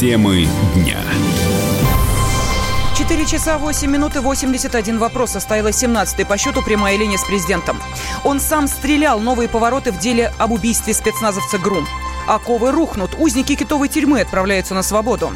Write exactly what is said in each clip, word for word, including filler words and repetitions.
Темы дня. четыре часа восемь минут и восемьдесят один вопрос. Состоялась семнадцатая по счету прямая линия с президентом. Он сам стрелял. Новые повороты в деле об убийстве спецназовца ГРУ. Оковы рухнут. Узники китовой тюрьмы отправляются на свободу.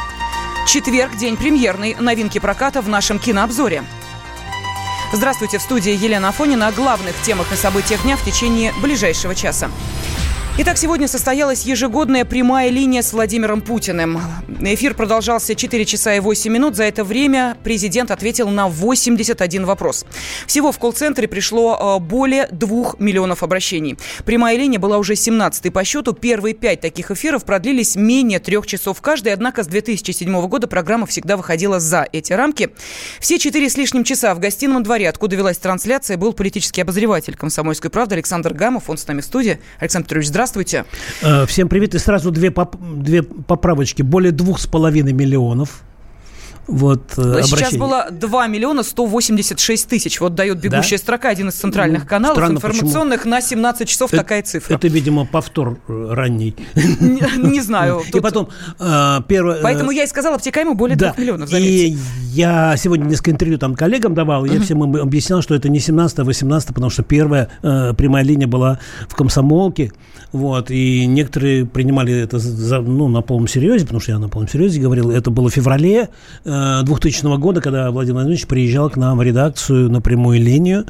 Четверг, день премьерный. Новинки проката в нашем кинообзоре. Здравствуйте, в студии Елена Афонина. О главных темах и событиях дня в течение ближайшего часа. Итак, сегодня состоялась ежегодная прямая линия с Владимиром Путиным. Эфир продолжался четыре часа и восемь минут. За это время президент ответил на восемьдесят один вопрос. Всего в колл-центре пришло более двух миллионов обращений. Прямая линия была уже семнадцатой по счету. Первые пять таких эфиров продлились менее трех часов каждый. Однако с две тысячи седьмого года программа всегда выходила за эти рамки. Все четыре с лишним часа в гостином дворе, откуда велась трансляция, был политический обозреватель «Комсомольской правды» Александр Гамов. Он с нами в студии. Александр Петрович, здравствуйте. Здравствуйте. Всем привет. И сразу две, поп- две поправочки. Более двух с половиной миллионов. Вот, сейчас обращение. было два миллиона сто восемьдесят шесть тысяч. Вот дает бегущая да? строка, один из центральных ну, каналов странно, информационных. Почему? На семнадцать часов это, такая цифра. Это, видимо, повтор ранний. Не, не знаю. И потом первое. Поэтому я и сказала, обтекаемо более двух миллионов. И я сегодня несколько интервью там коллегам давал, и я всем им объяснял, что это не семнадцатое, а восемнадцатое, потому что первая прямая линия была в «Комсомолке». Вот, и некоторые принимали это за, ну, на полном серьезе, потому что я на полном серьезе говорил. Это было в феврале двухтысячного года, когда Владимир Владимирович приезжал к нам в редакцию на прямую линию,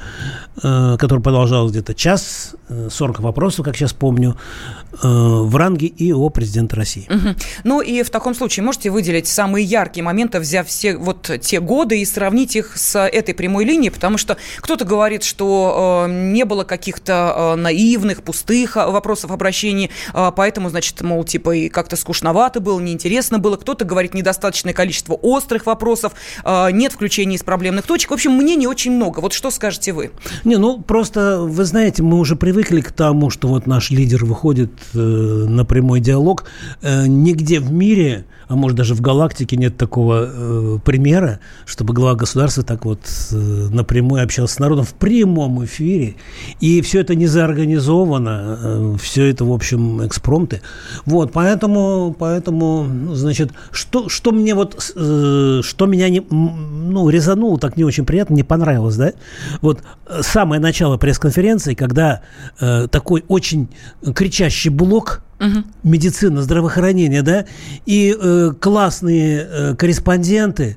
э, которая продолжалась где-то час, сорок вопросов, как сейчас помню, э, в ранге и о президента России. Угу. Ну и в таком случае можете выделить самые яркие моменты, взяв все вот те годы и сравнить их с этой прямой линией, потому что кто-то говорит, что э, не было каких-то э, наивных, пустых вопросов, обращений, э, поэтому, значит, мол, типа и как-то скучновато было, неинтересно было. Кто-то говорит, недостаточное количество острых вопросов, э, нет включения из проблемных точек. В общем, мнений очень много. Вот что скажете вы? Не, ну, просто, вы знаете, мы уже привыкли к тому, что вот наш лидер выходит э, на прямой диалог. Э, нигде в мире, а может даже в галактике нет такого э, примера, чтобы глава государства так вот э, напрямую общался с народом в прямом эфире. И все это не заорганизовано, э, все это, в общем, экспромты. Вот, поэтому, поэтому значит, что, что мне вот, э, что меня не, ну, резануло, так не очень приятно, не понравилось, да? Вот самое начало пресс-конференции, когда э, такой очень кричащий блок, Uh-huh. медицина, здравоохранение, да, и э, классные э, корреспонденты,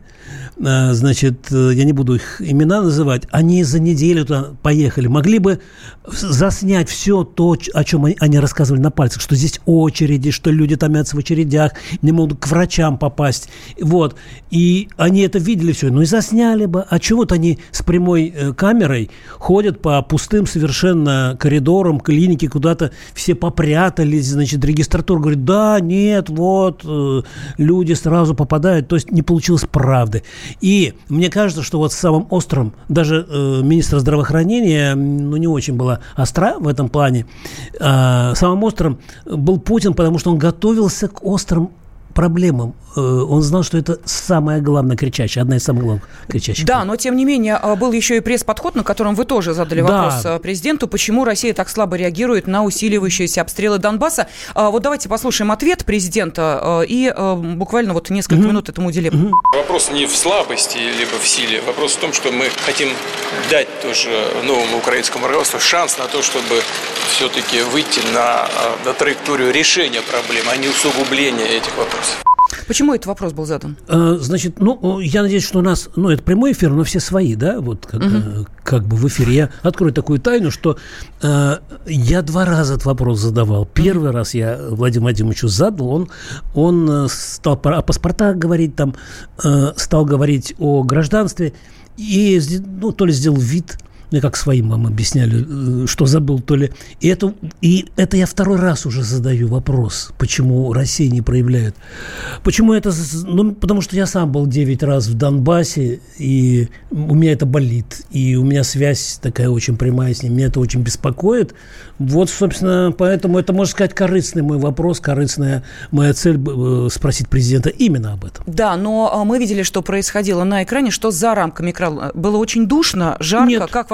э, значит, э, я не буду их имена называть, они за неделю туда поехали, могли бы заснять все то, о чем они, они рассказывали на пальцах, что здесь очереди, что люди томятся в очередях, не могут к врачам попасть, вот, и они это видели все, ну и засняли бы, а чего вот они с прямой э, камерой ходят по пустым совершенно коридорам клиники, куда-то все попрятались, значит, регистратура говорит, да, нет, вот, э, люди сразу попадают, то есть не получилось правды. И мне кажется, что вот самым острым, даже э, министр здравоохранения, ну, не очень была остра в этом плане, э, самым острым был Путин, потому что он готовился к острым проблемам. Он знал, что это самое главное кричащее, одна из самых главных кричащих. Да, но тем не менее был еще и пресс-подход, на котором вы тоже задали вопрос да. президенту, почему Россия так слабо реагирует на усиливающиеся обстрелы Донбасса. Вот давайте послушаем ответ президента и буквально вот несколько mm-hmm. минут этому уделим. Mm-hmm. Вопрос не в слабости либо в силе, вопрос в том, что мы хотим дать тоже новому украинскому руководству шанс на то, чтобы все-таки выйти на, на траекторию решения проблем, а не усугубления этих вопросов. Почему этот вопрос был задан? Значит, ну, я надеюсь, что у нас, ну, это прямой эфир, но все свои, да, вот как, uh-huh. как бы в эфире. Я открою такую тайну, что э, я два раза этот вопрос задавал. Первый uh-huh. раз я Владимиру Владимировичу задал, он, он стал о паспортах говорить, там, э, стал говорить о гражданстве, и, ну, то ли сделал вид, ну, как своим вам объясняли, что забыл, то ли. И это, и это я второй раз уже задаю вопрос, почему Россия не проявляет. Почему это? Ну, потому что я сам был девять раз в Донбассе, и у меня это болит, и у меня связь такая очень прямая с ним, меня это очень беспокоит. Вот, собственно, поэтому это, можно сказать, корыстный мой вопрос, корыстная моя цель спросить президента именно об этом. Да, но мы видели, что происходило на экране, что за рамками экрана было очень душно, жарко. Нет. Как вообще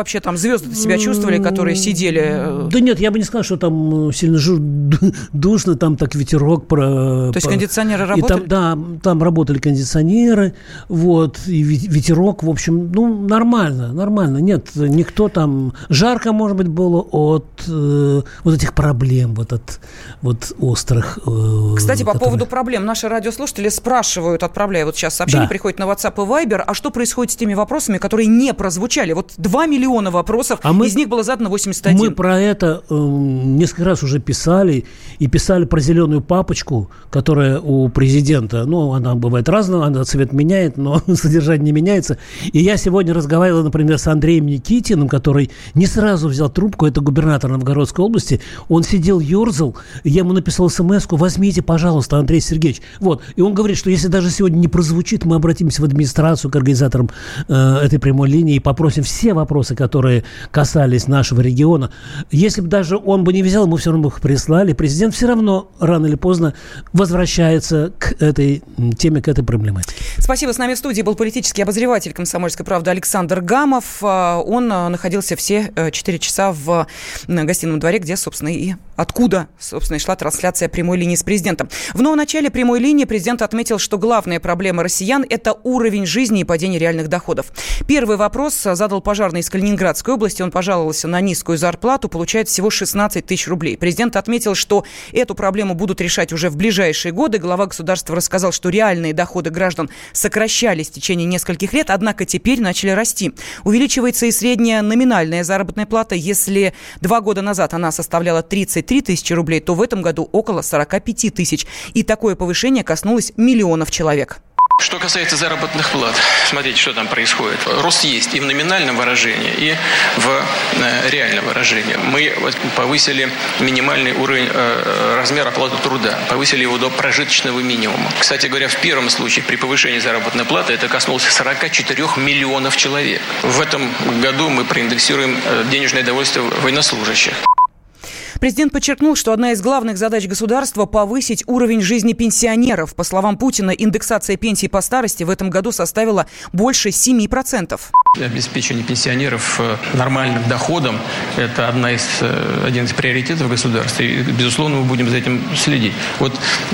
вообще там звезды себя чувствовали, которые сидели? Да нет, я бы не сказал, что там сильно жу- душно, там так ветерок. Про, То есть по... кондиционеры работали? И там, да, там работали кондиционеры, вот, и ветерок, в общем, ну, нормально, нормально. Нет, никто там... Жарко, может быть, было от э, вот этих проблем, вот от вот острых... Э, Кстати, по которые... поводу проблем. Наши радиослушатели спрашивают, отправляя вот сейчас сообщение, да. приходит на WhatsApp и Viber, а что происходит с теми вопросами, которые не прозвучали? Вот два миллиона вопросов, а мы, из них было задано восемьдесят один. Мы про это э, несколько раз уже писали, и писали про зеленую папочку, которая у президента, ну, она бывает разная, она цвет меняет, но содержание не меняется. И я сегодня разговаривал, например, с Андреем Никитиным, который не сразу взял трубку, это губернатор Новгородской области, он сидел, ерзал, я ему написал смс-ку: возьмите, пожалуйста, Андрей Сергеевич. Вот, и он говорит, что если даже сегодня не прозвучит, мы обратимся в администрацию к организаторам э, этой прямой линии и попросим все вопросы, которые касались нашего региона. Если бы даже он бы не взял, мы все равно бы их прислали. Президент все равно рано или поздно возвращается к этой теме, к этой проблематике. Спасибо. С нами в студии был политический обозреватель «Комсомольской правды» Александр Гамов. Он находился все четыре часа в гостином дворе, где, собственно, и откуда, собственно, и шла трансляция прямой линии с президентом. В новом начале прямой линии президент отметил, что главная проблема россиян – это уровень жизни и падение реальных доходов. Первый вопрос задал пожарный из Калининградской области. Он пожаловался на низкую зарплату, получает всего шестнадцать тысяч рублей. Президент отметил, что эту проблему будут решать уже в ближайшие годы. Глава государства рассказал, что реальные доходы граждан сокращались в течение нескольких лет, однако теперь начали расти. Увеличивается и средняя номинальная заработная плата. Если два года назад она составляла тридцать три тысячи рублей, то в этом году около сорок пять тысяч. И такое повышение коснулось миллионов человек. Что касается заработных плат, смотрите, что там происходит. Рост есть и в номинальном выражении, и в э, реальном выражении. Мы повысили минимальный уровень э, размера оплаты труда, повысили его до прожиточного минимума. Кстати говоря, в первом случае при повышении заработной платы это коснулось сорок четыре миллионов человек. В этом году мы проиндексируем денежное довольствие военнослужащих. Президент подчеркнул, что одна из главных задач государства – повысить уровень жизни пенсионеров. По словам Путина, индексация пенсий по старости в этом году составила больше семь процентов. Обеспечение пенсионеров нормальным доходом – это одна из, один из приоритетов государства. И, безусловно, мы будем за этим следить. Вот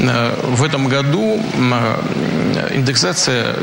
в этом году индексация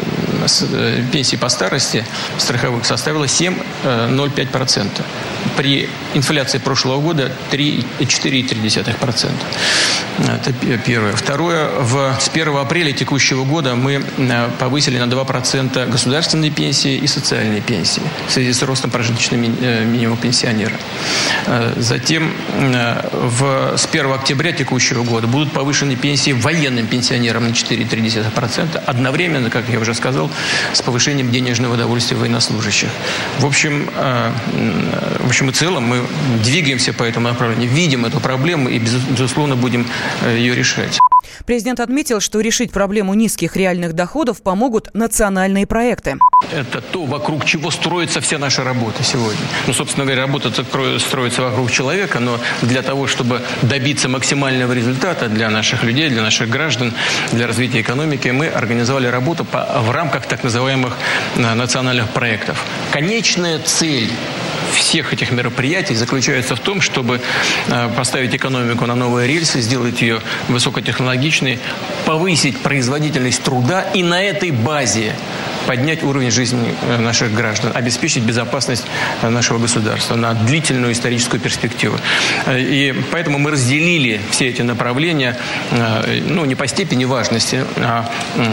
пенсий по старости страховых составила семь целых пять десятых процента. При инфляции прошлого года четыре целых три десятых процента. Это первое. Второе. В, с первого апреля текущего года мы повысили на два процента государственные пенсии и социальные пенсии в связи с ростом прожиточного минимума пенсионера. Затем в, с первого октября текущего года будут повышены пенсии военным пенсионерам на четыре целых три десятых процента. Одновременно, как я уже сказал, с повышением денежного довольствия военнослужащих. В общем, в общем и целом мы двигаемся по этому направлению, видим эту проблему и, безусловно, будем ее решать. Президент отметил, что решить проблему низких реальных доходов помогут национальные проекты. Это то, вокруг чего строится вся наша работа сегодня. Ну, собственно говоря, работа строится вокруг человека, но для того, чтобы добиться максимального результата для наших людей, для наших граждан, для развития экономики, мы организовали работу по, в рамках так называемых национальных проектов. Конечная цель всех этих мероприятий заключается в том, чтобы поставить экономику на новые рельсы, сделать ее высокотехнологичной, повысить производительность труда и на этой базе поднять уровень жизни наших граждан, обеспечить безопасность нашего государства на длительную историческую перспективу. И поэтому мы разделили все эти направления, ну, не по степени важности, а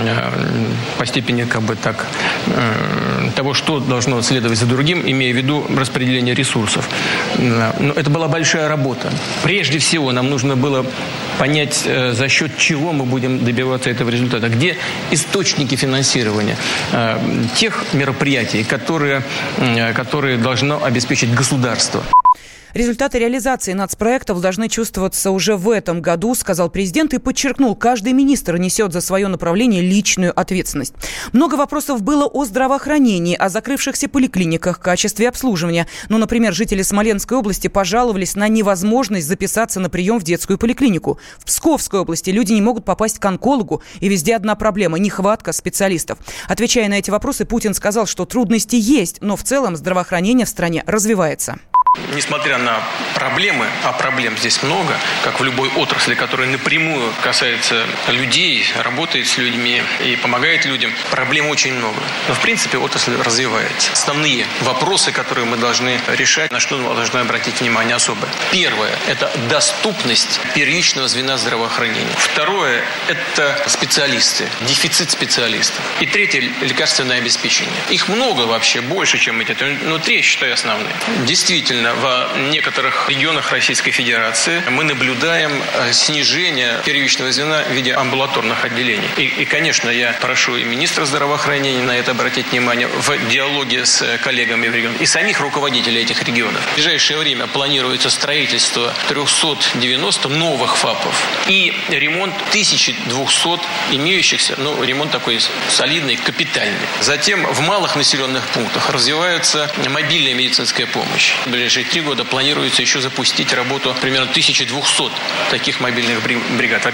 по степени, как бы так, того, что должно следовать за другим, имея в виду распределение ресурсов. Но это была большая работа. Прежде всего, нам нужно было понять, за счет чего мы будем добиваться этого результата, где источники финансирования тех мероприятий, которые, которые должно обеспечить государство. Результаты реализации нацпроектов должны чувствоваться уже в этом году, сказал президент и подчеркнул, каждый министр несет за свое направление личную ответственность. Много вопросов было о здравоохранении, о закрывшихся поликлиниках, качестве обслуживания. Ну, например, жители Смоленской области пожаловались на невозможность записаться на прием в детскую поликлинику. В Псковской области люди не могут попасть к онкологу, и везде одна проблема – нехватка специалистов. Отвечая на эти вопросы, Путин сказал, что трудности есть, но в целом здравоохранение в стране развивается. Несмотря на проблемы, а проблем здесь много, как в любой отрасли, которая напрямую касается людей, работает с людьми и помогает людям, проблем очень много. Но в принципе отрасль развивается. Основные вопросы, которые мы должны решать, на что мы должны обратить внимание особое. Первое – это доступность первичного звена здравоохранения. Второе – это специалисты, дефицит специалистов. И третье – лекарственное обеспечение. Их много вообще, больше, чем эти, но три, я считаю, основные. Действительно, в некоторых регионах Российской Федерации мы наблюдаем снижение первичного звена в виде амбулаторных отделений. И, и, конечно, я прошу и министра здравоохранения на это обратить внимание в диалоге с коллегами в регионах и самих руководителей этих регионов. В ближайшее время планируется строительство триста девяносто новых ФАПов и ремонт тысяча двести имеющихся, ну, ремонт такой солидный, капитальный. Затем в малых населенных пунктах развивается мобильная медицинская помощь. В ближайшие три года планируется еще запустить работу примерно тысяча двести таких мобильных бригад.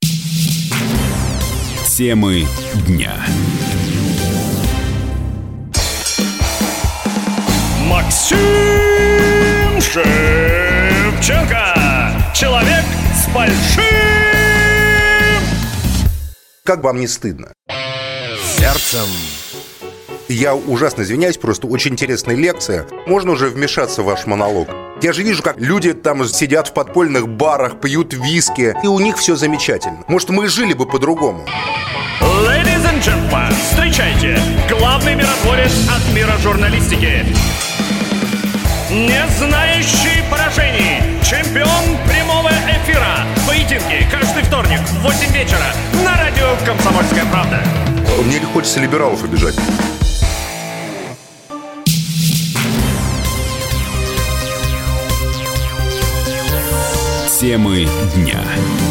Темы дня. Максим Шевченко. Человек с большим... Как бы вам не стыдно? Сердцем. Я ужасно извиняюсь, просто очень интересная лекция. Можно уже вмешаться в ваш монолог? Я же вижу, как люди там сидят в подпольных барах, пьют виски, и у них все замечательно. Может, мы жили бы по-другому? Ladies and gentlemen, встречайте, главный миротворец от мира журналистики. Не знающий поражений, чемпион прямого эфира. Поединки каждый вторник в восемь вечера на радио «Комсомольская правда». Мне хочется либералов обижать. Темы дня.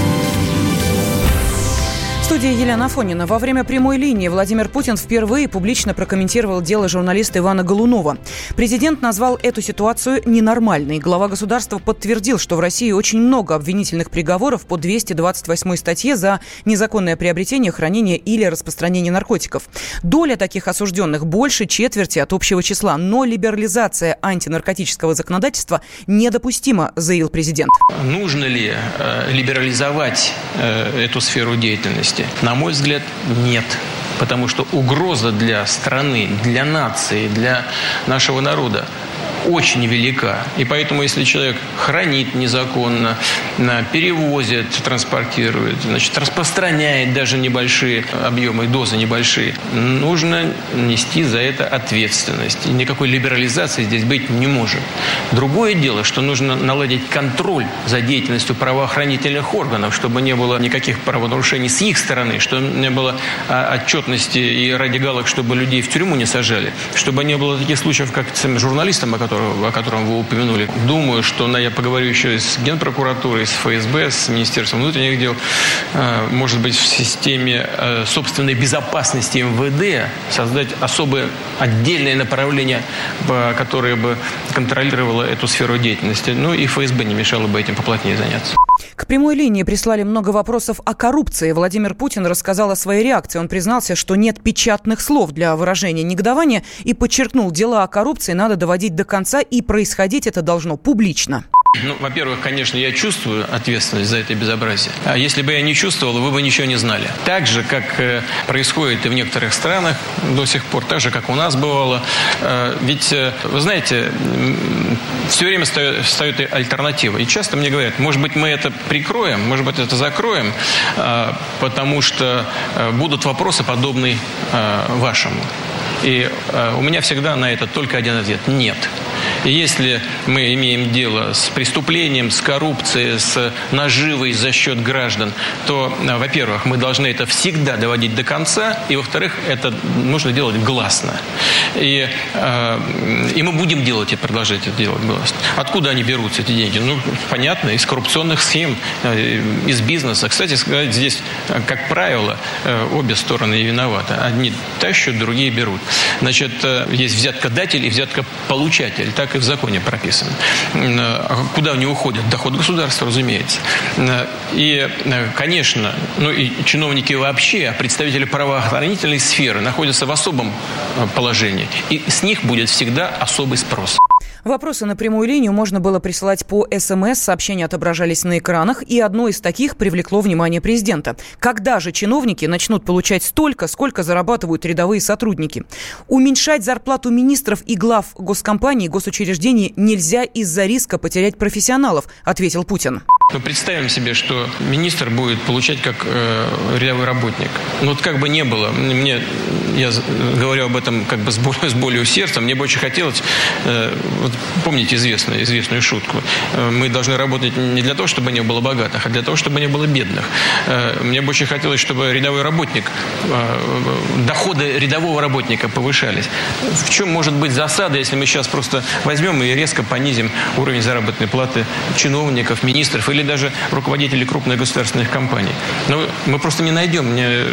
В студии Елена Афонина. Во время прямой линии Владимир Путин впервые публично прокомментировал дело журналиста Ивана Голунова. Президент назвал эту ситуацию ненормальной. Глава государства подтвердил, что в России очень много обвинительных приговоров по двести двадцать восьмой статье за незаконное приобретение, хранение или распространение наркотиков. Доля таких осужденных больше четверти от общего числа, но либерализация антинаркотического законодательства недопустима, заявил президент. Нужно ли э, либерализовать э, эту сферу деятельности? На мой взгляд, нет. Потому что угроза для страны, для нации, для нашего народа очень велика. И поэтому, если человек хранит незаконно, перевозит, транспортирует, значит, распространяет даже небольшие объемы, дозы небольшие, нужно нести за это ответственность. И никакой либерализации здесь быть не может. Другое дело, что нужно наладить контроль за деятельностью правоохранительных органов, чтобы не было никаких правонарушений с их стороны, чтобы не было отчетности и ради галок, чтобы людей в тюрьму не сажали, чтобы не было таких случаев, как с журналистом, о котором о котором вы упомянули. Думаю, что я поговорю еще с Генпрокуратурой, с ФСБ, с Министерством внутренних дел. Может быть, в системе собственной безопасности эм вэ дэ создать особое отдельное направление, которое бы контролировало эту сферу деятельности. Ну и эф эс бэ не мешало бы этим поплотнее заняться. К прямой линии прислали много вопросов о коррупции. Владимир Путин рассказал о своей реакции. Он признался, что нет печатных слов для выражения негодования и подчеркнул, дела о коррупции надо доводить до конца, и происходить это должно публично. Ну, во-первых, конечно, я чувствую ответственность за это безобразие. А если бы я не чувствовал, вы бы ничего не знали. Так же, как э, происходит и в некоторых странах до сих пор, так же, как у нас бывало. Э, ведь, э, вы знаете, э, все время встает, встает альтернатива. И часто мне говорят, может быть, мы это прикроем, может быть, это закроем, э, потому что э, будут вопросы, подобные э, вашему. И э, у меня всегда на это только один ответ – нет. И если мы имеем дело с преступлением, с коррупцией, с наживой за счет граждан, то, во-первых, мы должны это всегда доводить до конца, и, во-вторых, это нужно делать гласно. И, э, и мы будем делать и продолжать это делать гласно. Откуда они берутся, эти деньги? Ну, понятно, из коррупционных схем, э, из бизнеса. Кстати сказать, здесь, как правило, э, обе стороны виноваты. Одни тащат, другие берут. Значит, э, есть взяткодатель и взяткополучатель. Так и в законе прописано. Э, куда они уходят? Доход государства, разумеется. Э, и, э, конечно, ну и чиновники вообще, представители правоохранительной сферы находятся в особом положении. И с них будет всегда особый спрос. Вопросы на прямую линию можно было присылать по СМС, сообщения отображались на экранах, и одно из таких привлекло внимание президента. Когда же чиновники начнут получать столько, сколько зарабатывают рядовые сотрудники? Уменьшать зарплату министров и глав госкомпаний и госучреждений нельзя из-за риска потерять профессионалов, ответил Путин. Мы представим себе, что министр будет получать как э, рядовой работник. Ну вот как бы не было, мне, я говорю об этом как бы с болью, с болью сердца, мне бы очень хотелось, э, вот помните известную, известную шутку, э, мы должны работать не для того, чтобы не было богатых, а для того, чтобы не было бедных. Э, мне бы очень хотелось, чтобы рядовой работник, э, доходы рядового работника повышались. В чем может быть засада, если мы сейчас просто возьмем и резко понизим уровень заработной платы чиновников, министров или даже руководителей крупных государственных компаний? Но мы просто не найдем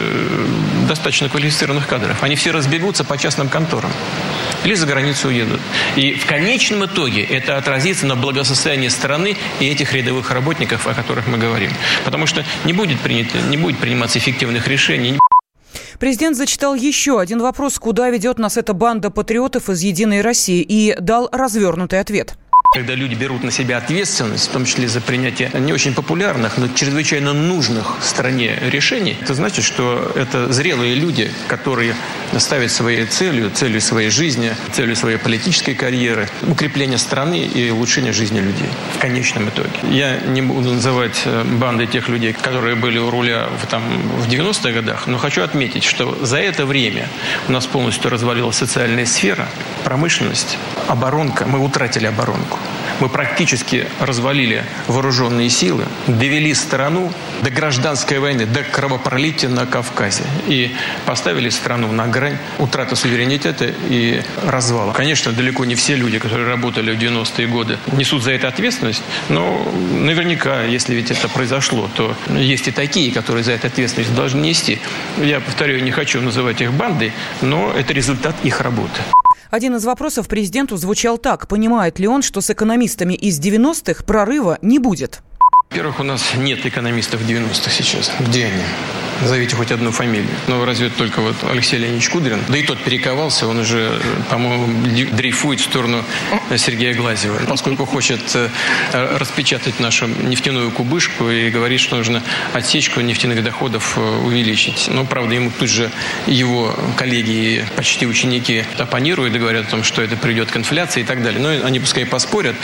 достаточно квалифицированных кадров. Они все разбегутся по частным конторам или за границу уедут. И в конечном итоге это отразится на благосостоянии страны и этих рядовых работников, о которых мы говорим. Потому что не будет принято, не будет приниматься эффективных решений. Президент зачитал еще один вопрос, куда ведет нас эта банда патриотов из «Единой России», и дал развернутый ответ. Когда люди берут на себя ответственность, в том числе за принятие не очень популярных, но чрезвычайно нужных стране решений, это значит, что это зрелые люди, которые ставят своей целью, целью своей жизни, целью своей политической карьеры, укрепление страны и улучшение жизни людей в конечном итоге. Я не буду называть бандой тех людей, которые были у руля в, там, в девяностых годах, но хочу отметить, что за это время у нас полностью развалилась социальная сфера, промышленность, оборонка. Мы утратили оборонку. Мы практически развалили вооруженные силы, довели страну до гражданской войны, до кровопролития на Кавказе и поставили страну на грань утраты суверенитета и развала. Конечно, далеко не все люди, которые работали в девяностые годы, несут за это ответственность, но наверняка, если ведь это произошло, то есть и такие, которые за это ответственность должны нести. Я повторяю, не хочу называть их бандой, но это результат их работы. Один из вопросов президенту звучал так. Понимает ли он, что с экономистами из девяностых прорыва не будет? Во-первых, у нас нет экономистов девяностых сейчас. Где они? Назовите хоть одну фамилию. Ну, разве только вот Алексей Леонидович Кудрин. Да и тот перековался, он уже, по-моему, дрейфует в сторону Сергея Глазьева, поскольку хочет распечатать нашу нефтяную кубышку и говорит, что нужно отсечку нефтяных доходов увеличить. Но, правда, ему тут же его коллеги и почти ученики оппонируют и говорят о том, что это приведет к инфляции и так далее. Ну, они пускай поспорят,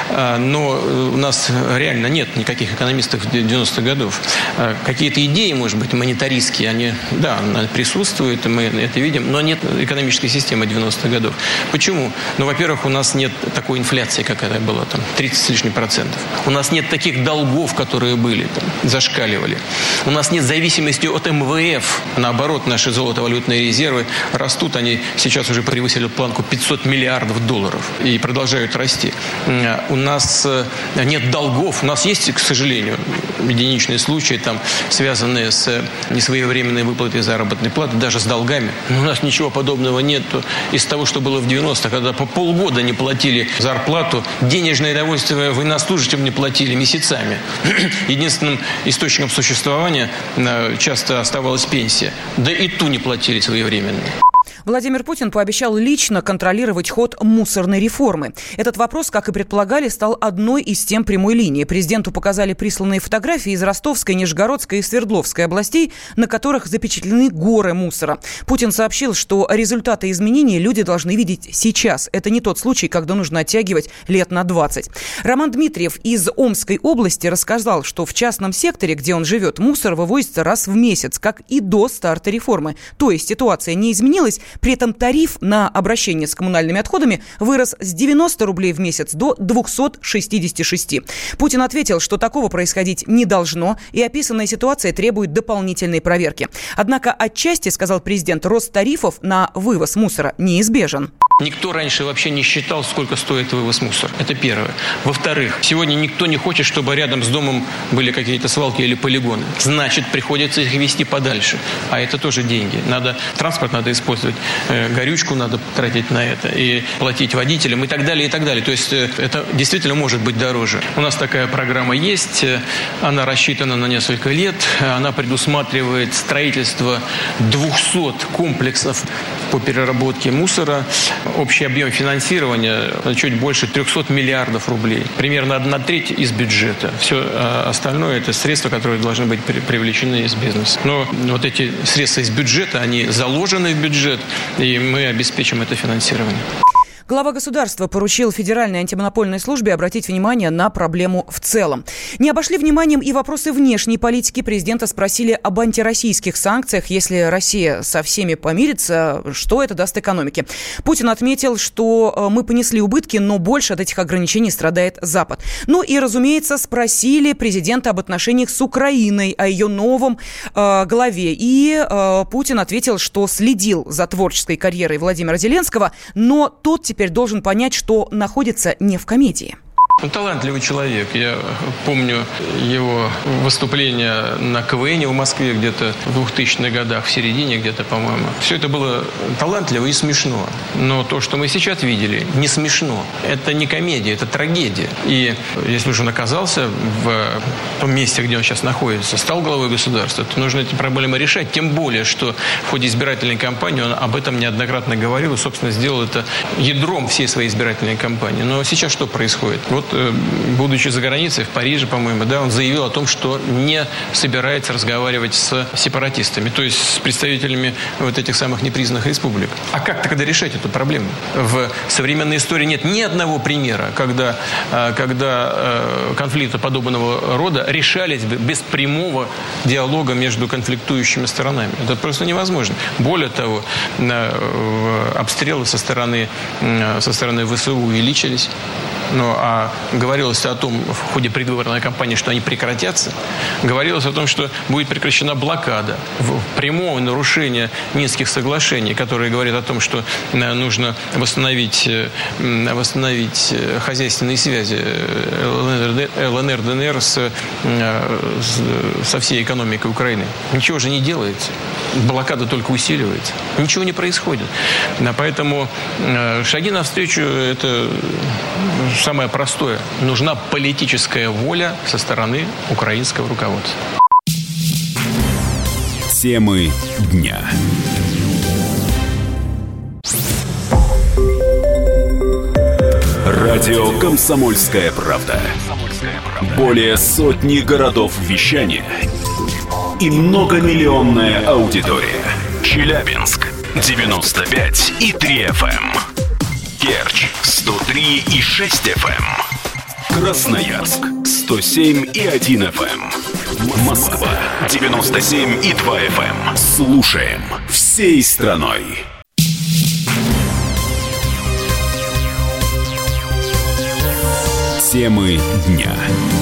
но у нас реально нет никаких экономистов девяностых годов. Какие-то идеи, может быть, монетаристские, они, да, присутствуют, мы это видим, но нет экономической системы девяностых годов. Почему? Ну, во-первых, у нас нет такой инфляции, как это было, там, тридцать с лишним процентов. У нас нет таких долгов, которые были, там, зашкаливали. У нас нет зависимости от эм вэ эф. Наоборот, наши золотовалютные резервы растут, они сейчас уже превысили планку пятьсот миллиардов долларов и продолжают расти. У нас нет долгов, у нас есть, к сожалению, единичные случаи, там, связанные с несвоевременной выплатой заработной платы, даже с долгами. Но у нас ничего подобного нет из того, что было в девяностых, когда по полгода не платили зарплату, денежное удовольствие военнослужащим не платили месяцами. Единственным источником существования часто оставалась пенсия. Да и ту не платили своевременно. Владимир Путин пообещал лично контролировать ход мусорной реформы. Этот вопрос, как и предполагали, стал одной из тем прямой линии. Президенту показали присланные фотографии из Ростовской, Нижегородской и Свердловской областей, на которых запечатлены горы мусора. Путин сообщил, что результаты изменений люди должны видеть сейчас. Это не тот случай, когда нужно оттягивать лет на двадцать. Роман Дмитриев из Омской области рассказал, что в частном секторе, где он живет, мусор вывозится раз в месяц, как и до старта реформы. То есть ситуация не изменилась, При этом тариф на обращение с коммунальными отходами вырос с девяноста рублей в месяц до двухсот шестидесяти шести. Путин ответил, что такого происходить не должно, и описанная ситуация требует дополнительной проверки. Однако отчасти, сказал президент, рост тарифов на вывоз мусора неизбежен. Никто раньше вообще не считал, сколько стоит вывоз мусора. Это первое. Во-вторых, сегодня никто не хочет, чтобы рядом с домом были какие-то свалки или полигоны. Значит, приходится их везти подальше. А это тоже деньги. Надо, транспорт надо использовать, э, горючку надо тратить на это, и платить водителям, и так далее, и так далее. То есть э, это действительно может быть дороже. У нас такая программа есть, э, она рассчитана на несколько лет, она предусматривает строительство двухсот комплексов по переработке мусора. Общий объем финансирования чуть больше трехсот миллиардов рублей. Примерно одна треть из бюджета. Все остальное – это средства, которые должны быть привлечены из бизнеса. Но вот эти средства из бюджета, они заложены в бюджет, и мы обеспечим это финансирование. Глава государства поручил Федеральной антимонопольной службе обратить внимание на проблему в целом. Не обошли вниманием и вопросы внешней политики. Президента спросили об антироссийских санкциях. Если Россия со всеми помирится, что это даст экономике? Путин отметил, что мы понесли убытки, но больше от этих ограничений страдает Запад. Ну и, разумеется, спросили президента об отношениях с Украиной, о ее новом э, главе. И э, Путин ответил, что следил за творческой карьерой Владимира Зеленского, но тот теперь Теперь должен понять, что находится не в комедии. Он талантливый человек. Я помню его выступление на КВН в Москве где-то в двухтысячных годах, в середине где-то, по-моему. Все это было талантливо и смешно. Но то, что мы сейчас видели, не смешно. Это не комедия, это трагедия. И если уж он оказался в том месте, где он сейчас находится, стал главой государства, то нужно эти проблемы решать. Тем более, что в ходе избирательной кампании он об этом неоднократно говорил и, собственно, сделал это ядром всей своей избирательной кампании. Но сейчас что происходит? Вот будучи за границей, в Париже, по-моему, да, он заявил о том, что не собирается разговаривать с сепаратистами, то есть с представителями вот этих самых непризнанных республик. А как тогда решать эту проблему? В современной истории нет ни одного примера, когда, когда конфликты подобного рода решались бы без прямого диалога между конфликтующими сторонами. Это просто невозможно. Более того, обстрелы со стороны, со стороны ВСУ увеличились. Ну, а говорилось о том в ходе предвыборной кампании, что они прекратятся. Говорилось о том, что будет прекращена блокада. Прямое нарушение Минских соглашений, которые говорят о том, что нужно восстановить, восстановить хозяйственные связи ЛНР, ДНР с, со всей экономикой Украины. Ничего же не делается. Блокада только усиливается. Ничего не происходит. Поэтому шаги навстречу – это самое простое. Нужна политическая воля со стороны украинского руководства. Темы дня. Радио «Комсомольская правда». Более сотни городов вещания и многомиллионная аудитория. Челябинск девяносто пять и три эф эм. Керчь сто три и шесть эф эм. Красноярск сто семь и один эф эм. Москва девяносто семь и два эф эм. Слушаем всей страной. Темы дня.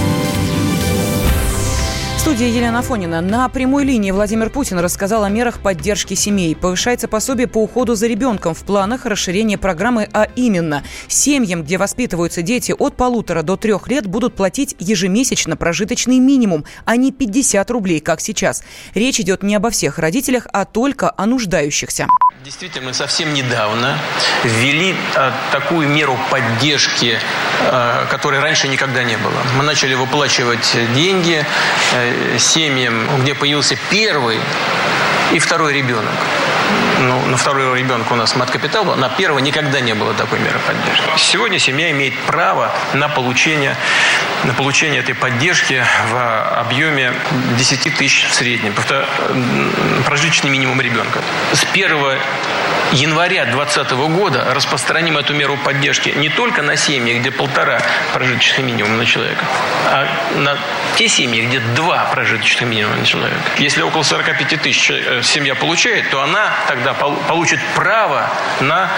Студия Елена Афонина. На прямой линии Владимир Путин рассказал о мерах поддержки семей. Повышается пособие по уходу за ребенком. В планах расширение программы, а именно семьям, где воспитываются дети от полутора до трех лет, будут платить ежемесячно прожиточный минимум, а не пятьдесят рублей, как сейчас. Речь идет не обо всех родителях, а только о нуждающихся. Действительно, совсем недавно ввели а, такую меру поддержки, а, которой раньше никогда не было. Мы начали выплачивать деньги а, семьям, где появился первый и второй ребенок. Ну, на второго ребенка у нас мат-капитал был, на первого никогда не было такой меры поддержки. Сегодня семья имеет право на получение на получение этой поддержки в объеме десять тысяч в среднем. Это прожиточный минимум ребенка. С первого января две тысячи двадцатого года распространим эту меру поддержки не только на семьи, где полтора прожиточных минимума на человека, а на те семьи, где два прожиточных минимума на человека. Если около сорок пять тысяч семья получает, то она тогда получит право на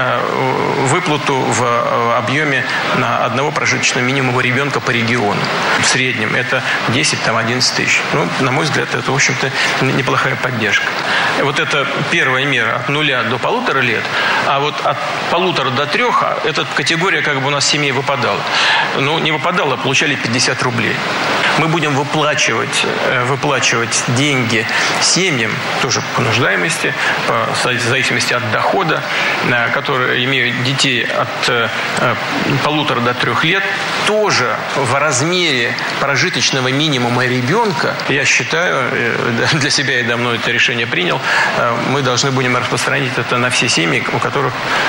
выплату в объеме на одного прожиточного минимума ребенка по региону. В среднем это десять-одиннадцать тысяч. Ну, на мой взгляд, это, в общем-то, неплохая поддержка. Вот это первая мера от нуля до полутора лет, а вот от полутора до трех эта категория как бы у нас семей выпадала. Ну, не выпадала, а получали пятьдесят рублей. Мы будем выплачивать, выплачивать деньги семьям, тоже по нуждаемости, по, в зависимости от дохода, которые имеют детей от полутора до трех лет, тоже в размере прожиточного минимума ребенка. Я считаю, для себя я давно это решение принял, мы должны будем распространить это на все семьи, у которых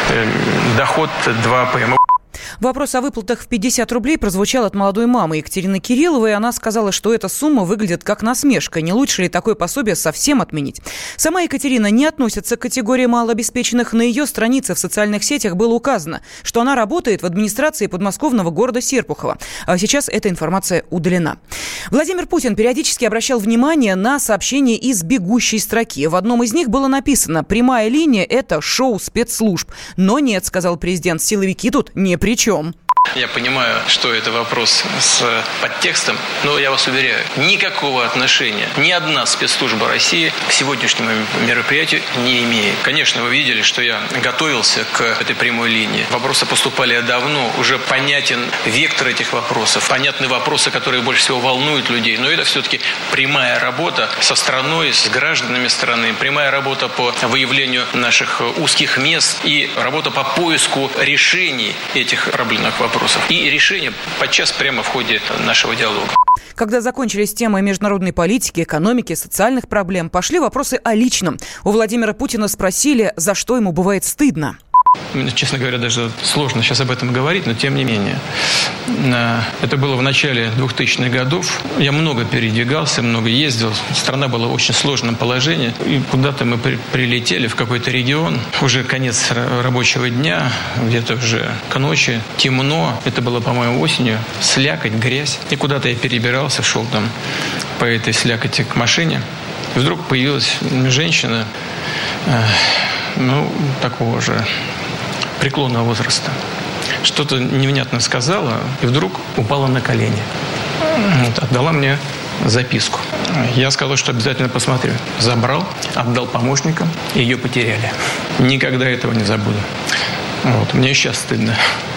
доход два ПМ. Вопрос о выплатах в пятьдесят рублей прозвучал от молодой мамы Екатерины Кирилловой. Она сказала, что эта сумма выглядит как насмешка. Не лучше ли такое пособие совсем отменить? Сама Екатерина не относится к категории малообеспеченных. На ее странице в социальных сетях было указано, что она работает в администрации подмосковного города Серпухова. А сейчас эта информация удалена. Владимир Путин периодически обращал внимание на сообщения из бегущей строки. В одном из них было написано: «Прямая линия – это шоу спецслужб». Но нет, сказал президент, силовики тут ни при чем. Я понимаю, что это вопрос с подтекстом, но я вас уверяю, никакого отношения ни одна спецслужба России к сегодняшнему мероприятию не имеет. Конечно, вы видели, что я готовился к этой прямой линии. Вопросы поступали давно, уже понятен вектор этих вопросов, понятны вопросы, которые больше всего волнуют людей. Но это все-таки прямая работа со страной, с гражданами страны, прямая работа по выявлению наших узких мест и работа по поиску решений этих проблемных вопросов. И решение подчас прямо в ходе нашего диалога. Когда закончились темы международной политики, экономики, социальных проблем, пошли вопросы о личном. У Владимира Путина спросили, за что ему бывает стыдно. Честно говоря, даже сложно сейчас об этом говорить, но тем не менее. Это было в начале двухтысячных годов. Я много передвигался, много ездил. Страна была в очень сложном положении. И куда-то мы при- прилетели в какой-то регион. Уже конец рабочего дня, где-то уже к ночи. Темно. Это было, по-моему, осенью. Слякоть, грязь. И куда-то я перебирался, шел там по этой слякоти к машине. И вдруг появилась женщина, ну, такого же преклонного возраста. Что-то невнятно сказала и вдруг упала на колени. Вот, отдала мне записку. Я сказал, что обязательно посмотрю. Забрал, отдал помощникам, и ее потеряли. Никогда этого не забуду. Вот, мне сейчас стыдно.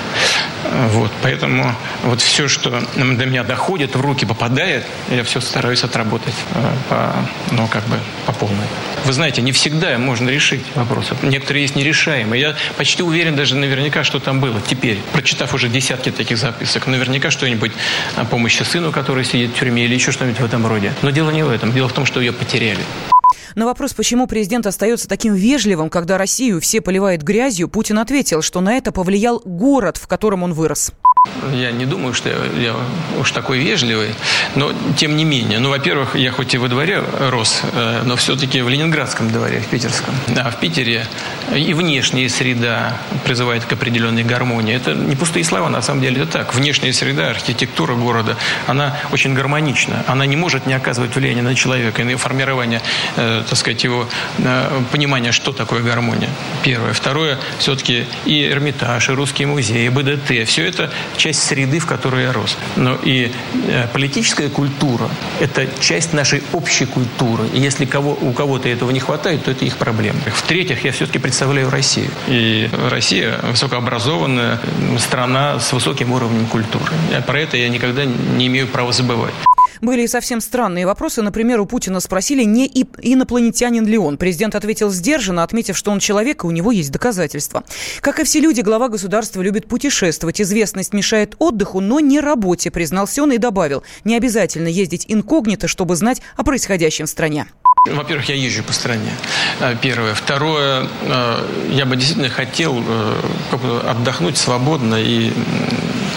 Вот, поэтому вот все, что до меня доходит, в руки попадает, я все стараюсь отработать по, ну, как бы по полной. Вы знаете, не всегда можно решить вопросы. Некоторые есть нерешаемые. Я почти уверен даже наверняка, что там было. Теперь, прочитав уже десятки таких записок, наверняка что-нибудь о помощи сыну, который сидит в тюрьме, или еще что-нибудь в этом роде. Но дело не в этом. Дело в том, что ее потеряли. На вопрос, почему президент остается таким вежливым, когда Россию все поливают грязью, Путин ответил, что на это повлиял город, в котором он вырос. Я не думаю, что я, я уж такой вежливый, но тем не менее. Ну, во-первых, я хоть и во дворе рос, но все-таки в Ленинградском дворе, в питерском. А в Питере и внешняя среда призывает к определенной гармонии. Это не пустые слова, на самом деле это так. Внешняя среда, архитектура города, она очень гармонична. Она не может не оказывать влияния на человека и на формирование, э, так сказать, его э, понимания, что такое гармония. Первое. Второе, все-таки и Эрмитаж, и Русский музей, и БДТ. Все это часть среды, в которой я рос. Но и э, политическая культура – это часть нашей общей культуры. И если кого, у кого-то этого не хватает, то это их проблема. В-третьих, я все-таки представляю Россию. И Россия – высокообразованная страна с высоким уровнем культуры. А про это я никогда не имею права забывать. Были и совсем странные вопросы. Например, у Путина спросили, не инопланетянин ли он. Президент ответил сдержанно, отметив, что он человек, и у него есть доказательства. Как и все люди, глава государства любит путешествовать. Известность мешает отдыху, но не работе, признался он и добавил. Не обязательно ездить инкогнито, чтобы знать о происходящем в стране. Во-первых, я езжу по стране. Первое. Второе. Я бы действительно хотел отдохнуть свободно и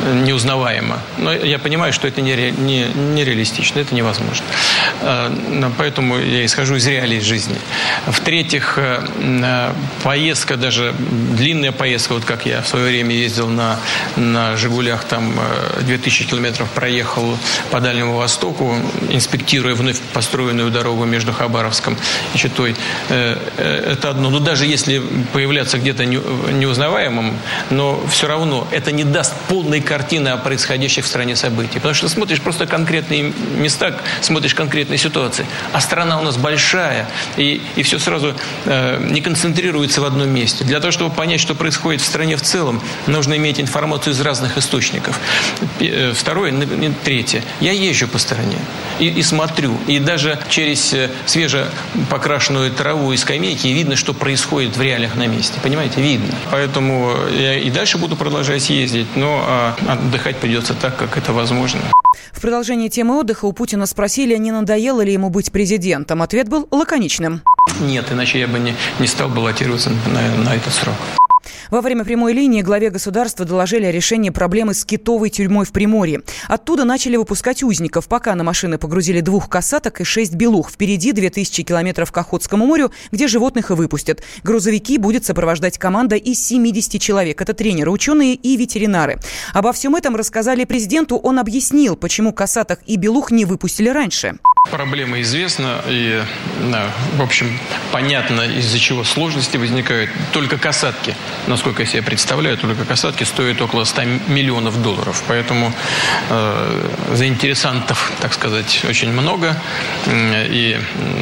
неузнаваемо. Но я понимаю, что это нере, не, нереалистично, это невозможно. Поэтому я исхожу из реалий жизни. В-третьих, поездка, даже длинная поездка, вот как я в свое время ездил на, на «Жигулях», там две тысячи километров проехал по Дальнему Востоку, инспектируя вновь построенную дорогу между Хабаровском и Читой. Это одно. Но даже если появляться где-то неузнаваемым, но все равно это не даст полной картины о происходящих в стране событий. Потому что смотришь просто конкретные места, смотришь конкретные ситуации. А страна у нас большая, и, и все сразу э, не концентрируется в одном месте. Для того, чтобы понять, что происходит в стране в целом, нужно иметь информацию из разных источников. Второе, третье. Я езжу по стране и, и смотрю. И даже через свежепокрашенную траву и скамейки видно, что происходит в реалиях на месте. Понимаете? Видно. Поэтому я и дальше буду продолжать ездить, но а, отдыхать придется так, как это возможно. В продолжении темы отдыха у Путина спросили, не надоело ли ему быть президентом. Ответ был лаконичным. Нет, иначе я бы не, не стал баллотироваться на, на этот срок. Во время прямой линии главе государства доложили о решении проблемы с китовой тюрьмой в Приморье. Оттуда начали выпускать узников. Пока на машины погрузили двух касаток и шесть белух. Впереди две тысячи километров к Охотскому морю, где животных и выпустят. Грузовики будет сопровождать команда из семидесяти человек. Это тренеры, ученые и ветеринары. Обо всем этом рассказали президенту. Он объяснил, почему касаток и белух не выпустили раньше. Проблема известна и, да, в общем, понятно, из-за чего сложности возникают. Только касатки, насколько я себе представляю, только касатки стоят около ста миллионов долларов. Поэтому э, заинтересантов, так сказать, очень много. И,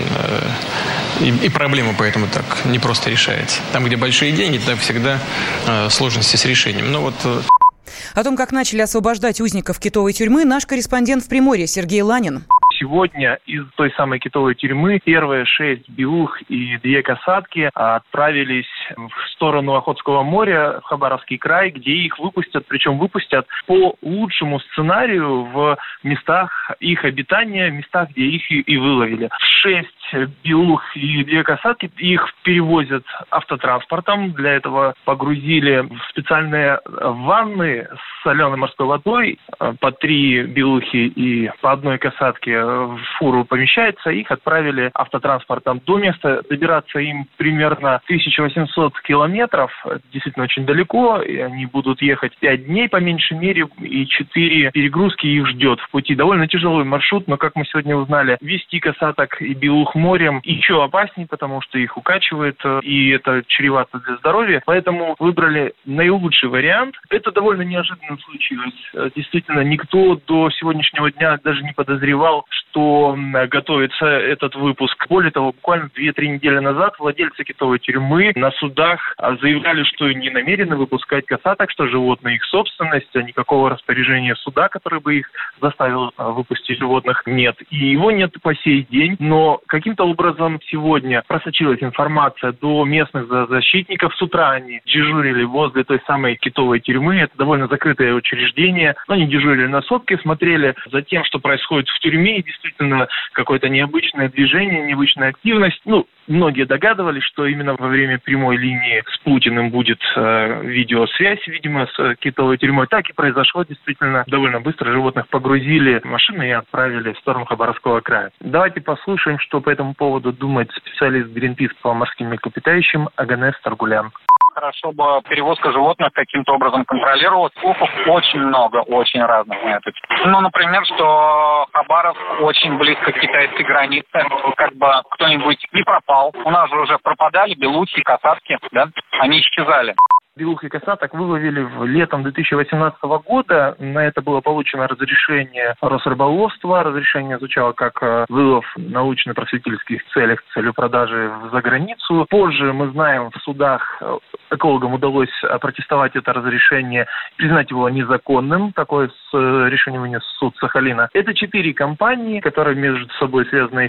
э, и, и проблема поэтому так не просто решается. Там, где большие деньги, там всегда э, сложности с решением. Но вот... Э... О том, как начали освобождать узников китовой тюрьмы, наш корреспондент в Приморье Сергей Ланин. Сегодня из той самой китовой тюрьмы первые шесть белух и две касатки отправились в сторону Охотского моря, в Хабаровский край, где их выпустят, причем выпустят по лучшему сценарию в местах их обитания, местах, где их и, и выловили. Шесть белух и две касатки, их перевозят автотранспортом. Для этого погрузили в специальные ванны с соленой морской водой. По три белухи и по одной касатке в фуру помещается. Их отправили автотранспортом до места. Добираться им примерно тысяча восемьсот километров. Действительно очень далеко. И они будут ехать пять дней по меньшей мере. И четыре перегрузки их ждет в пути. Довольно тяжелый маршрут, но, как мы сегодня узнали, везти касаток и белух морем еще опаснее, потому что их укачивает, и это чревато для здоровья. Поэтому выбрали наилучший вариант. Это довольно неожиданно случилось. Действительно, никто до сегодняшнего дня даже не подозревал, что готовится этот выпуск. Более того, буквально две-три недели назад владельцы китовой тюрьмы на судах заявляли, что не намерены выпускать касаток, что животные их собственность, а никакого распоряжения суда, который бы их заставил выпустить животных, нет. И его нет по сей день, но каким-то образом сегодня просочилась информация до местных защитников. С утра они дежурили возле той самой китовой тюрьмы. Это довольно закрытое учреждение. Они дежурили на сопке, смотрели за тем, что происходит в тюрьме. И действительно какое-то необычное движение, необычная активность. Ну, многие догадывались, что именно во время прямой линии с Путиным будет э, видеосвязь, видимо, с китовой тюрьмой. Так и произошло. Действительно, довольно быстро животных погрузили в машины и отправили в сторону Хабаровского края. Давайте послушаем, что по этому поводу думает специалист Greenpeace по морским млекопитающим Аганес Таргулян. Хорошо бы перевозка животных каким-то образом контролировалась. Слухов очень много, очень разных на эту тему. Ну, например, что Хабаровск очень близко к китайской границе. Как бы кто-нибудь не пропал. У нас же уже пропадали белухи, касатки, да? Они исчезали. Белух и касаток выловили в летом две тысячи восемнадцатого года. На это было получено разрешение Росрыболовства. Разрешение звучало как вылов в научно-просветительских целях с целью продажи за границу. Позже, мы знаем, в судах экологам удалось протестовать это разрешение, признать его незаконным. Такое решение вынес суд Сахалина. Это четыре компании, которые между собой связаны и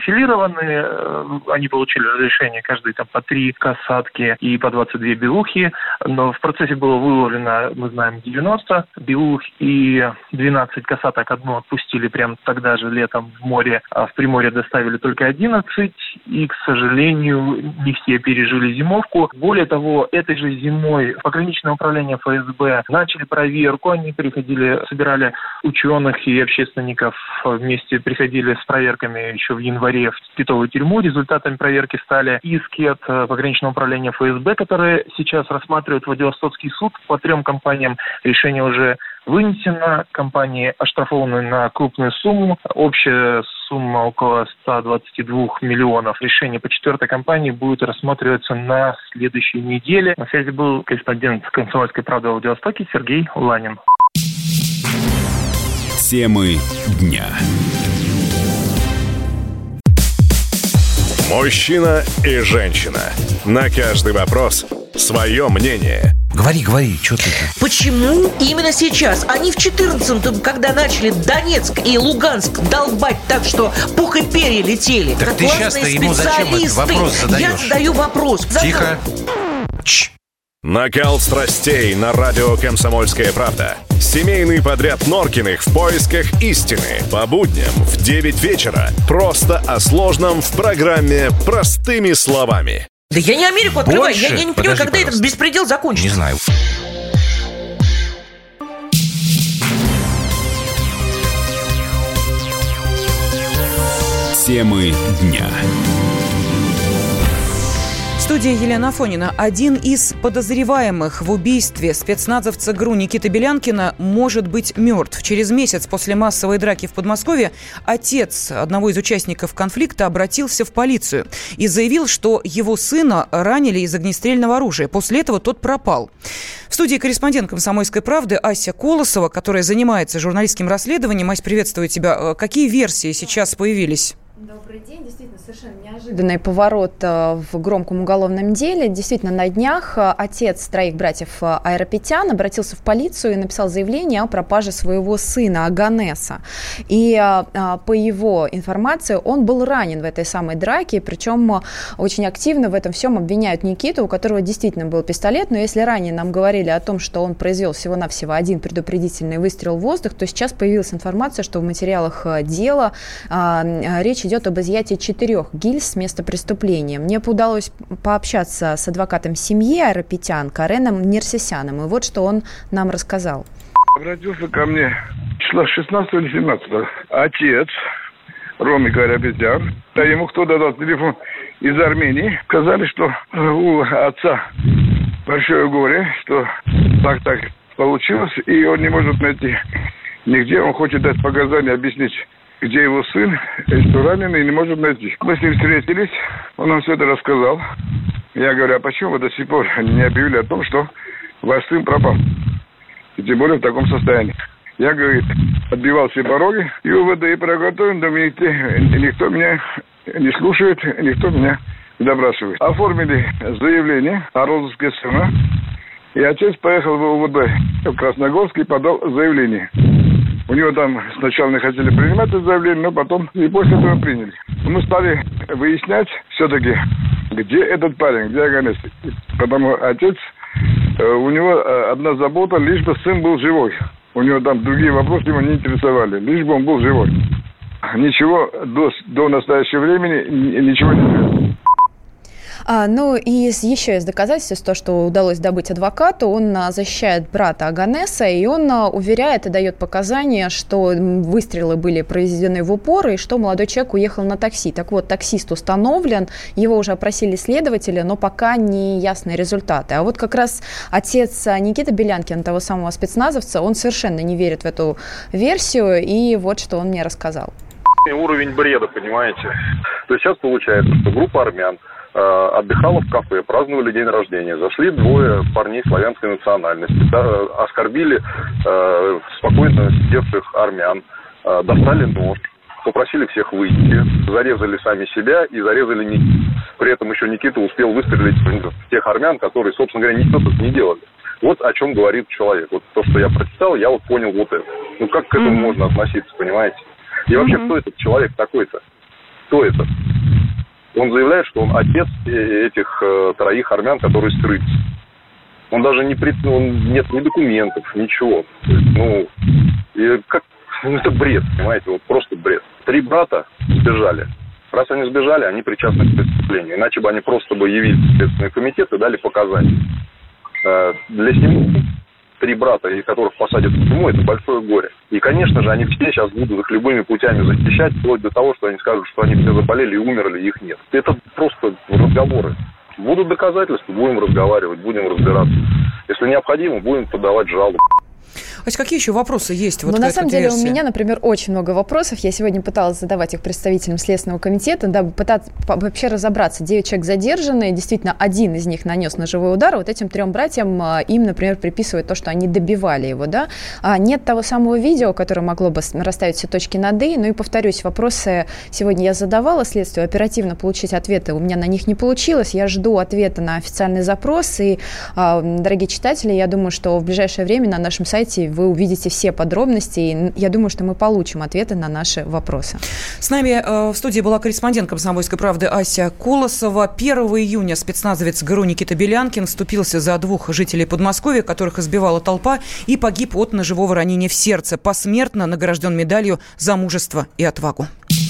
аффилированы. Они получили разрешение, каждый там по три касатки и по двадцать две белухи. Но в процессе было выловлено, мы знаем, девяносто белух и двенадцать касаток. Одну отпустили прямо тогда же летом в море, а в Приморье доставили только одиннадцать. И, к сожалению, не все пережили зимовку. Более того, этой же зимой пограничное управление эф эс бэ начали проверку. Они приходили, собирали ученых и общественников вместе, приходили с проверками еще в январе в китовую тюрьму. Результатами проверки стали иски от пограничного управления эф эс бэ, которые сейчас рассматривают Владивостокский суд. По трем компаниям решение уже вынесено. Компании оштрафованы на крупную сумму. Общая сумма около ста двадцати двух миллионов. Решение по четвертой компании будет рассматриваться на следующей неделе. На связи был корреспондент «Комсомольской правды» в Владивостоке Сергей Ланин. Темы дня. Мужчина и женщина. На каждый вопрос свое мнение. Говори, говори, что ты? Почему именно сейчас? Они в четырнадцатом, когда начали Донецк и Луганск долбать так, что пух и перья летели. Так ты сейчас-то ему зачем этот вопрос задаешь? Я задаю вопрос. Тихо. Чш. Накал страстей на радио «Комсомольская правда». Семейный подряд Норкиных в поисках истины. По будням в девять вечера. Просто о сложном в программе «Простыми словами». Да я не Америку открываю. Я, я не понимаю, когда пожалуйста. этот беспредел закончится. Не знаю. Темы дня. Студия Елена Афонина. Один из подозреваемых в убийстве спецназовца ГРУ Никиты Белянкина может быть мертв. Через месяц после массовой драки в Подмосковье отец одного из участников конфликта обратился в полицию и заявил, что его сына ранили из огнестрельного оружия. После этого тот пропал. В студии корреспондент «Комсомольской правды» Ася Колосова, которая занимается журналистским расследованием. Ась, приветствую тебя. Какие версии сейчас появились? Добрый день. Действительно, совершенно неожиданный поворот в громком уголовном деле. Действительно, на днях отец троих братьев Айрапетян обратился в полицию и написал заявление о пропаже своего сына Оганеса. И по его информации, он был ранен в этой самой драке, причем очень активно в этом всем обвиняют Никиту, у которого действительно был пистолет. Но если ранее нам говорили о том, что он произвел всего-навсего один предупредительный выстрел в воздух, то сейчас появилась информация, что в материалах дела речь идет идет об изъятии четырех гильз с места преступления. Мне удалось пообщаться с адвокатом семьи Айрапетян Кареном Нерсисяном, и вот что он нам рассказал. Обратился ко мне числа шестнадцатого или семнадцатого отец Ромик Айрапетян. Да ему кто дал телефон из Армении. Сказали, что у отца большое горе, что так-так получилось, и он не может найти нигде. Он хочет дать показания, объяснить, где его сын, что раненый, и не может найти. Мы с ним встретились, он нам все это рассказал. Я говорю, а почему вы до сих пор не объявили о том, что ваш сын пропал? И тем более в таком состоянии. Я, говорит, отбивал все пороги, и УВД, и прокуратура, да никто, никто меня не слушает, никто меня не допрашивает. Оформили заявление о розыске сына, и отец поехал в УВД в Красногорск и подал заявление. У него там сначала не хотели принимать это заявление, но потом и после этого приняли. Мы стали выяснять все-таки, где этот парень, где Оганес. Потому отец, у него одна забота, лишь бы сын был живой. У него там другие вопросы его не интересовали, лишь бы он был живой. Ничего до, до настоящего времени ничего не известно. А, ну и еще из доказательств, то, что удалось добыть адвокату, он а, защищает брата Оганеса, и он а, уверяет и дает показания, что выстрелы были произведены в упор, и что молодой человек уехал на такси. Так вот, таксист установлен, его уже опросили следователи, но пока не ясны результаты. А вот как раз отец Никиты Белянкина, того самого спецназовца, он совершенно не верит в эту версию, и вот что он мне рассказал. Уровень бреда, понимаете? То есть сейчас получается, что группа армян отдыхала в кафе, праздновали день рождения. Зашли двое парней славянской национальности, да, оскорбили э, спокойно сидевших армян, э, достали нож, попросили всех выйти, зарезали сами себя и зарезали Никиту. При этом еще Никита успел выстрелить в тех армян, которые, собственно говоря, ничего тут не делали. Вот о чем говорит человек. Вот то, что я прочитал, я вот понял вот это. Ну как к этому mm-hmm. можно относиться, понимаете? И вообще, mm-hmm. кто этот человек такой-то? Кто это? Он заявляет, что он отец этих э, троих армян, которые скрылись. Он даже не пред... он... нет ни документов, ничего. То есть, ну, и как... ну, это бред, понимаете, вот просто бред. Три брата сбежали. Раз они сбежали, они причастны к преступлению. Иначе бы они просто бы явились в Следственный комитет и дали показания. Для семьи три брата, из которых посадят в тюрьму, это большое горе. И, конечно же, они все сейчас будут их любыми путями защищать, вплоть до того, что они скажут, что они все заболели и умерли, и их нет. Это просто разговоры. Будут доказательства, будем разговаривать, будем разбираться. Если необходимо, будем подавать жалобу. Ась, какие еще вопросы есть? Вот ну, на самом деле, версии? у меня, например, очень много вопросов. Я сегодня пыталась задавать их представителям Следственного комитета, дабы пытаться вообще разобраться. Девять человек задержаны, действительно, один из них нанес ножевой удар. Вот этим трем братьям им, например, приписывают то, что они добивали его, да. А нет того самого видео, которое могло бы расставить все точки над «и». Ну и, повторюсь, вопросы сегодня я задавала следствию, оперативно получить ответы у меня на них не получилось. Я жду ответа на официальный запрос. И, дорогие читатели, я думаю, что в ближайшее время на нашем сайте вы увидите все подробности, и я думаю, что мы получим ответы на наши вопросы. С нами э, в студии была корреспондент «Комсомольской правды» Ася Колосова. первого июня спецназовец ГРУ Никита Белянкин вступился за двух жителей Подмосковья, которых избивала толпа, и погиб от ножевого ранения в сердце. Посмертно награжден медалью за мужество и отвагу.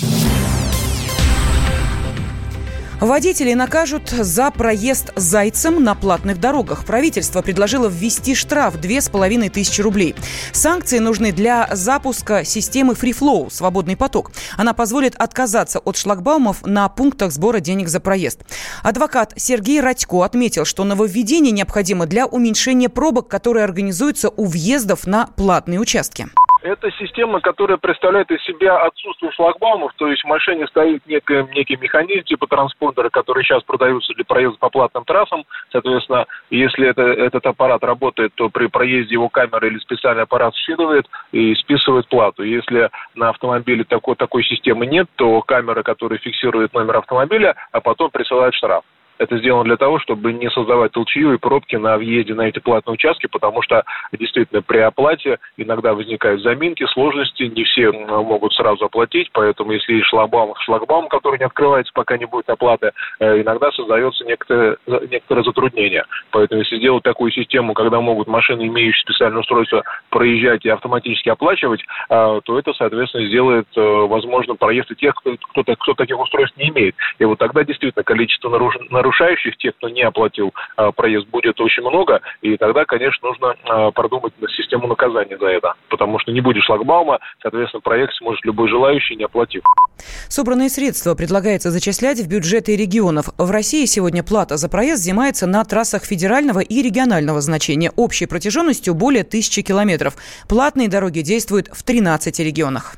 Водителей накажут за проезд зайцем на платных дорогах. Правительство предложило ввести штраф две с половиной тысячи рублей. Санкции нужны для запуска системы Free Flow, свободный поток. Она позволит отказаться от шлагбаумов на пунктах сбора денег за проезд. Адвокат Сергей Радько отметил, что нововведение необходимо для уменьшения пробок, которые организуются у въездов на платные участки. Это система, которая представляет из себя отсутствие шлагбаумов, то есть в машине стоит некий, некий механизм типа транспондера, который сейчас продаются для проезда по платным трассам. Соответственно, если это, этот аппарат работает, то при проезде его камера или специальный аппарат считывает и списывает плату. Если на автомобиле такой, такой системы нет, то камера, которая фиксирует номер автомобиля, а потом присылает штраф. Это сделано для того, чтобы не создавать толчью и пробки на въезде на эти платные участки, потому что действительно при оплате иногда возникают заминки, сложности, не все могут сразу оплатить, поэтому если есть шлагбаум, шлагбаум, который не открывается, пока не будет оплаты, иногда создается некоторое, некоторое затруднение. Поэтому если сделать такую систему, когда могут машины, имеющие специальное устройство, проезжать и автоматически оплачивать, то это, соответственно, сделает возможным проезд и тех, кто, кто, кто таких устройств не имеет. И вот тогда действительно количество нарушений нарушающих, тех, кто не оплатил а, проезд, будет очень много, и тогда, конечно, нужно а, продумать систему наказания за это, потому что не будет шлагбаума, соответственно, проехать сможет любой желающий, не оплатив. Собранные средства предлагается зачислять в бюджеты регионов. В России сегодня плата за проезд взимается на трассах федерального и регионального значения, общей протяженностью более тысячи километров. Платные дороги действуют в тринадцати регионах.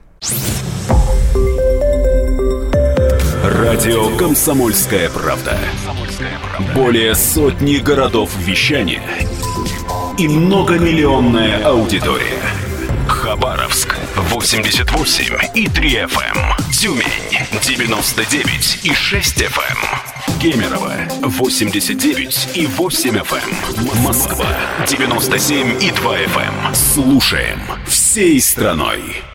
Радио «Комсомольская правда». Более сотни городов вещания и многомиллионная аудитория. Хабаровск восемьдесят восемь и три эф эм, Тюмень девяносто девять и шесть эф эм, Кемерово восемьдесят девять и восемь эф эм, Москва девяносто семь и два эф эм. Слушаем всей страной.